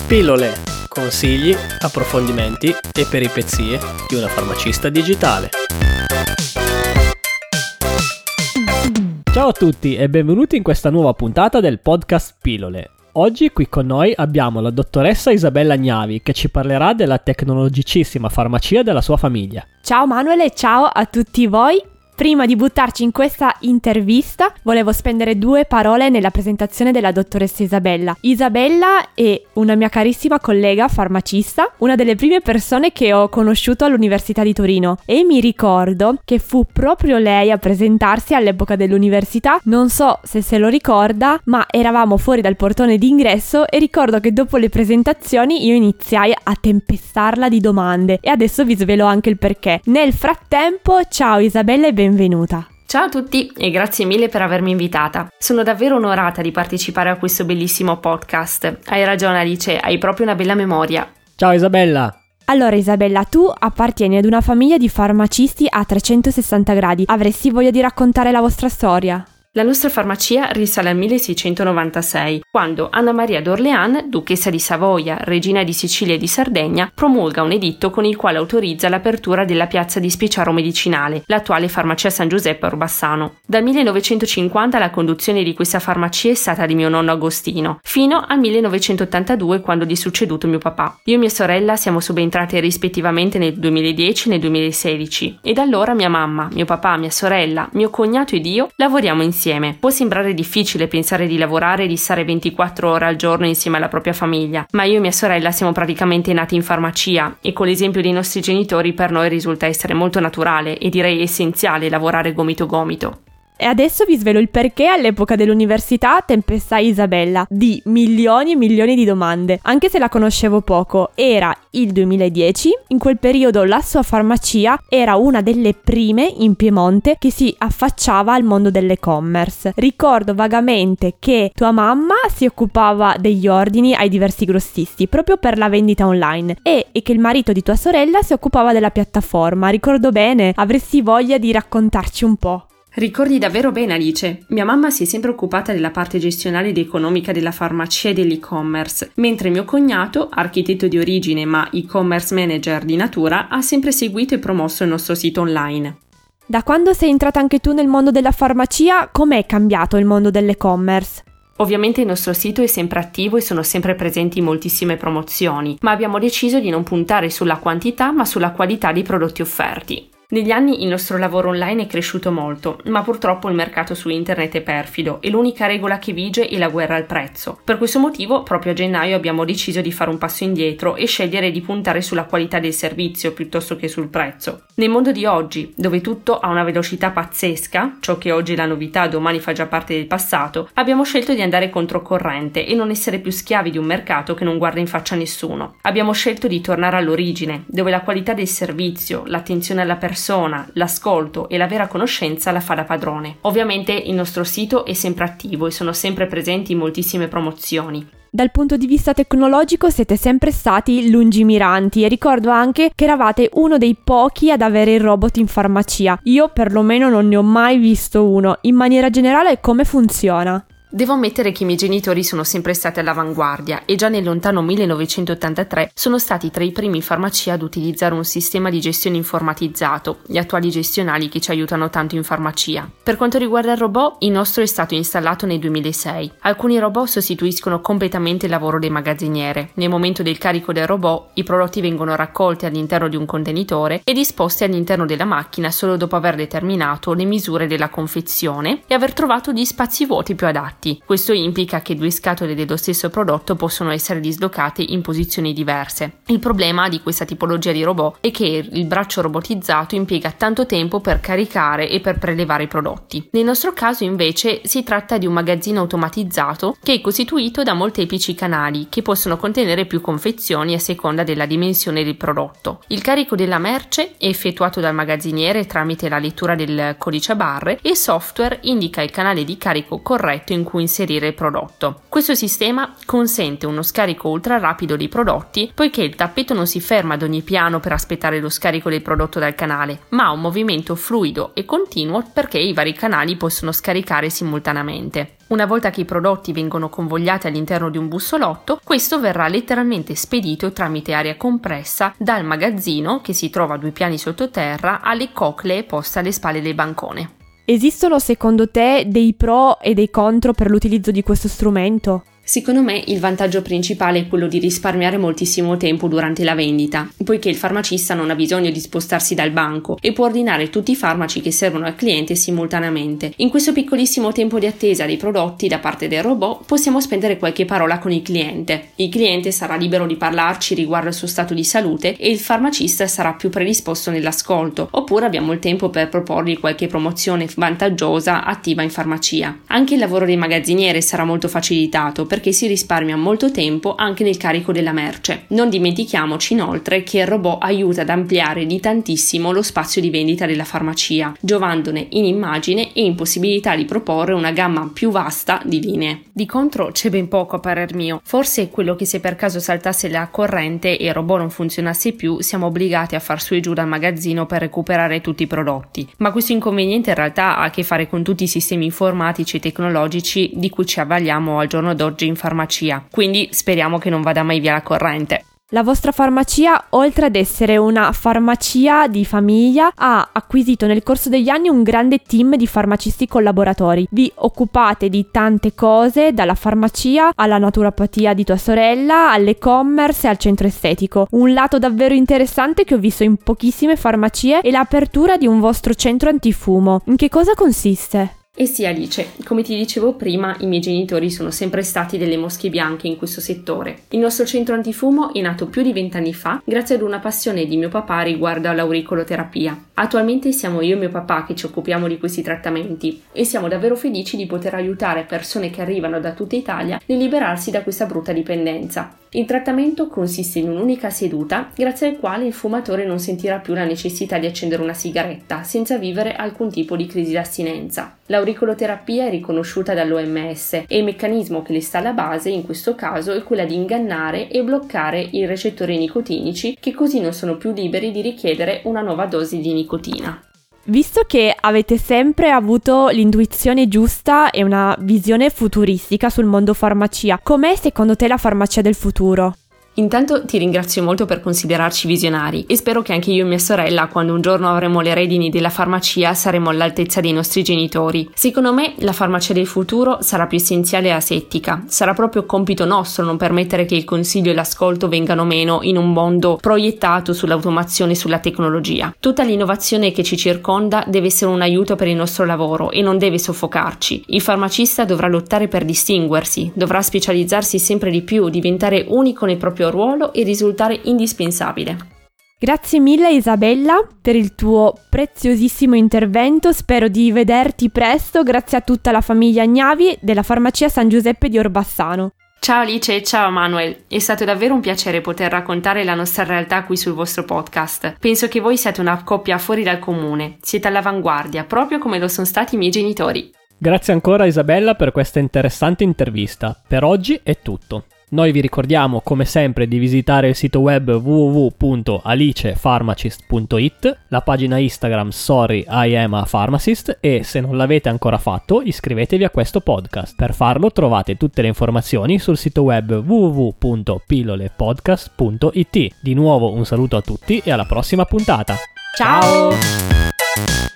Pillole, consigli, approfondimenti e peripezie di una farmacista digitale. Ciao a tutti e benvenuti in questa nuova puntata del podcast Pillole. Oggi qui con noi abbiamo la dottoressa Isabella Gnavi che ci parlerà della tecnologicissima farmacia della sua famiglia. Ciao Manuel e ciao a tutti voi. Prima di buttarci in questa intervista, volevo spendere 2 parole nella presentazione della dottoressa Isabella. Isabella è una mia carissima collega farmacista, una delle prime persone che ho conosciuto all'Università di Torino e mi ricordo che fu proprio lei a presentarsi all'epoca dell'università. Non so se lo ricorda, ma eravamo fuori dal portone d'ingresso e ricordo che dopo le presentazioni io iniziai a tempestarla di domande e adesso vi svelo anche il perché. Nel frattempo, ciao Isabella e benvenuta. Ciao a tutti e grazie mille per avermi invitata. Sono davvero onorata di partecipare a questo bellissimo podcast. Hai ragione Alice, hai proprio una bella memoria. Ciao Isabella! Allora Isabella, tu appartieni ad una famiglia di farmacisti a 360 gradi. Avresti voglia di raccontare la vostra storia? La nostra farmacia risale al 1696, quando Anna Maria d'Orléans, duchessa di Savoia, regina di Sicilia e di Sardegna, promulga un editto con il quale autorizza l'apertura della piazza di Spicciaro Medicinale, l'attuale farmacia San Giuseppe a Orbassano. Dal 1950 la conduzione di questa farmacia è stata di mio nonno Agostino, fino al 1982 quando gli è succeduto mio papà. Io e mia sorella siamo subentrate rispettivamente nel 2010 e nel 2016 e da allora mia mamma, mio papà, mia sorella, mio cognato ed io lavoriamo insieme. Può sembrare difficile pensare di lavorare e di stare 24 ore al giorno insieme alla propria famiglia, ma io e mia sorella siamo praticamente nati in farmacia e con l'esempio dei nostri genitori per noi risulta essere molto naturale e direi essenziale lavorare gomito gomito. E adesso vi svelo il perché all'epoca dell'università tempestai Isabella di milioni e milioni di domande, anche se la conoscevo poco. Era il 2010, in quel periodo la sua farmacia era una delle prime in Piemonte che si affacciava al mondo dell'e-commerce. Ricordo vagamente che tua mamma si occupava degli ordini ai diversi grossisti proprio per la vendita online e che il marito di tua sorella si occupava della piattaforma. Ricordo bene? Avresti voglia di raccontarci un po'? Ricordi davvero bene Alice. Mia mamma si è sempre occupata della parte gestionale ed economica della farmacia e dell'e-commerce, mentre mio cognato, architetto di origine ma e-commerce manager di natura, ha sempre seguito e promosso il nostro sito online. Da quando sei entrata anche tu nel mondo della farmacia, com'è cambiato il mondo dell'e-commerce? Ovviamente il nostro sito è sempre attivo e sono sempre presenti moltissime promozioni, ma abbiamo deciso di non puntare sulla quantità ma sulla qualità dei prodotti offerti. Negli anni il nostro lavoro online è cresciuto molto, ma purtroppo il mercato su internet è perfido e l'unica regola che vige è la guerra al prezzo. Per questo motivo, proprio a gennaio abbiamo deciso di fare un passo indietro e scegliere di puntare sulla qualità del servizio piuttosto che sul prezzo. Nel mondo di oggi, dove tutto ha una velocità pazzesca, ciò che oggi è la novità domani fa già parte del passato, abbiamo scelto di andare controcorrente e non essere più schiavi di un mercato che non guarda in faccia a nessuno. Abbiamo scelto di tornare all'origine, dove la qualità del servizio, l'attenzione alla persona, l'ascolto e la vera conoscenza la fa da padrone. Ovviamente il nostro sito è sempre attivo e sono sempre presenti moltissime promozioni. Dal punto di vista tecnologico siete sempre stati lungimiranti e ricordo anche che eravate uno dei pochi ad avere il robot in farmacia. Io perlomeno non ne ho mai visto uno. In maniera generale come funziona? Devo ammettere che i miei genitori sono sempre stati all'avanguardia e già nel lontano 1983 sono stati tra i primi in farmacia ad utilizzare un sistema di gestione informatizzato, gli attuali gestionali che ci aiutano tanto in farmacia. Per quanto riguarda il robot, il nostro è stato installato nel 2006. Alcuni robot sostituiscono completamente il lavoro dei magazziniere. Nel momento del carico del robot, i prodotti vengono raccolti all'interno di un contenitore e disposti all'interno della macchina solo dopo aver determinato le misure della confezione e aver trovato gli spazi vuoti più adatti. Questo implica che 2 scatole dello stesso prodotto possono essere dislocate in posizioni diverse. Il problema di questa tipologia di robot è che il braccio robotizzato impiega tanto tempo per caricare e per prelevare i prodotti. Nel nostro caso invece si tratta di un magazzino automatizzato che è costituito da molteplici canali che possono contenere più confezioni a seconda della dimensione del prodotto. Il carico della merce è effettuato dal magazziniere tramite la lettura del codice a barre e il software indica il canale di carico corretto in cui inserire il prodotto. Questo sistema consente uno scarico ultra rapido dei prodotti, poiché il tappeto non si ferma ad ogni piano per aspettare lo scarico del prodotto dal canale, ma ha un movimento fluido e continuo perché i vari canali possono scaricare simultaneamente. Una volta che i prodotti vengono convogliati all'interno di un bussolotto, questo verrà letteralmente spedito tramite aria compressa dal magazzino, che si trova a 2 piani sottoterra, alle coclee poste alle spalle del bancone. Esistono secondo te dei pro e dei contro per l'utilizzo di questo strumento? Secondo me il vantaggio principale è quello di risparmiare moltissimo tempo durante la vendita, poiché il farmacista non ha bisogno di spostarsi dal banco e può ordinare tutti i farmaci che servono al cliente simultaneamente. In questo piccolissimo tempo di attesa dei prodotti da parte del robot possiamo spendere qualche parola con il cliente. Il cliente sarà libero di parlarci riguardo al suo stato di salute e il farmacista sarà più predisposto nell'ascolto, oppure abbiamo il tempo per proporgli qualche promozione vantaggiosa attiva in farmacia. Anche il lavoro dei magazzinieri sarà molto facilitato perché si risparmia molto tempo anche nel carico della merce. Non dimentichiamoci inoltre che il robot aiuta ad ampliare di tantissimo lo spazio di vendita della farmacia, giovandone in immagine e in possibilità di proporre una gamma più vasta di linee. Di contro c'è ben poco a parer mio, forse è quello che se per caso saltasse la corrente e il robot non funzionasse più siamo obbligati a far su e giù dal magazzino per recuperare tutti i prodotti, ma questo inconveniente in realtà ha a che fare con tutti i sistemi informatici e tecnologici di cui ci avvaliamo al giorno d'oggi in farmacia, quindi speriamo che non vada mai via la corrente. La vostra farmacia, oltre ad essere una farmacia di famiglia, ha acquisito nel corso degli anni un grande team di farmacisti collaboratori. Vi occupate di tante cose, dalla farmacia alla naturopatia di tua sorella, all'e-commerce e al centro estetico. Un lato davvero interessante che ho visto in pochissime farmacie è l'apertura di un vostro centro antifumo. In che cosa consiste? Eh sì Alice, come ti dicevo prima, i miei genitori sono sempre stati delle mosche bianche in questo settore. Il nostro centro antifumo è nato più di 20 anni fa grazie ad una passione di mio papà riguardo all'auricoloterapia. Attualmente siamo io e mio papà che ci occupiamo di questi trattamenti e siamo davvero felici di poter aiutare persone che arrivano da tutta Italia nel liberarsi da questa brutta dipendenza. Il trattamento consiste in un'unica seduta grazie al quale il fumatore non sentirà più la necessità di accendere una sigaretta senza vivere alcun tipo di crisi d'astinenza. L'auricoloterapia è riconosciuta dall'OMS e il meccanismo che le sta alla base in questo caso è quella di ingannare e bloccare i recettori nicotinici che così non sono più liberi di richiedere una nuova dose di nicotina. Visto che avete sempre avuto l'intuizione giusta e una visione futuristica sul mondo farmacia, com'è secondo te la farmacia del futuro? Intanto ti ringrazio molto per considerarci visionari e spero che anche io e mia sorella, quando un giorno avremo le redini della farmacia, saremo all'altezza dei nostri genitori. Secondo me la farmacia del futuro sarà più essenziale e asettica. Sarà proprio compito nostro non permettere che il consiglio e l'ascolto vengano meno in un mondo proiettato sull'automazione e sulla tecnologia. Tutta l'innovazione che ci circonda deve essere un aiuto per il nostro lavoro e non deve soffocarci. Il farmacista dovrà lottare per distinguersi, dovrà specializzarsi sempre di più, diventare unico nel proprio ruolo e risultare indispensabile. Grazie mille Isabella per il tuo preziosissimo intervento, spero di vederti presto, grazie a tutta la famiglia Gnavi della farmacia San Giuseppe di Orbassano. Ciao Alice e ciao Manuel, è stato davvero un piacere poter raccontare la nostra realtà qui sul vostro podcast. Penso che voi siate una coppia fuori dal comune, siete all'avanguardia, proprio come lo sono stati i miei genitori. Grazie ancora Isabella per questa interessante intervista. Per oggi è tutto. Noi vi ricordiamo come sempre di visitare il sito web www.alicepharmacist.it, la pagina Instagram Sorry I am a Pharmacist e se non l'avete ancora fatto iscrivetevi a questo podcast. Per farlo trovate tutte le informazioni sul sito web www.pillolepodcast.it. Di nuovo un saluto a tutti e alla prossima puntata. Ciao!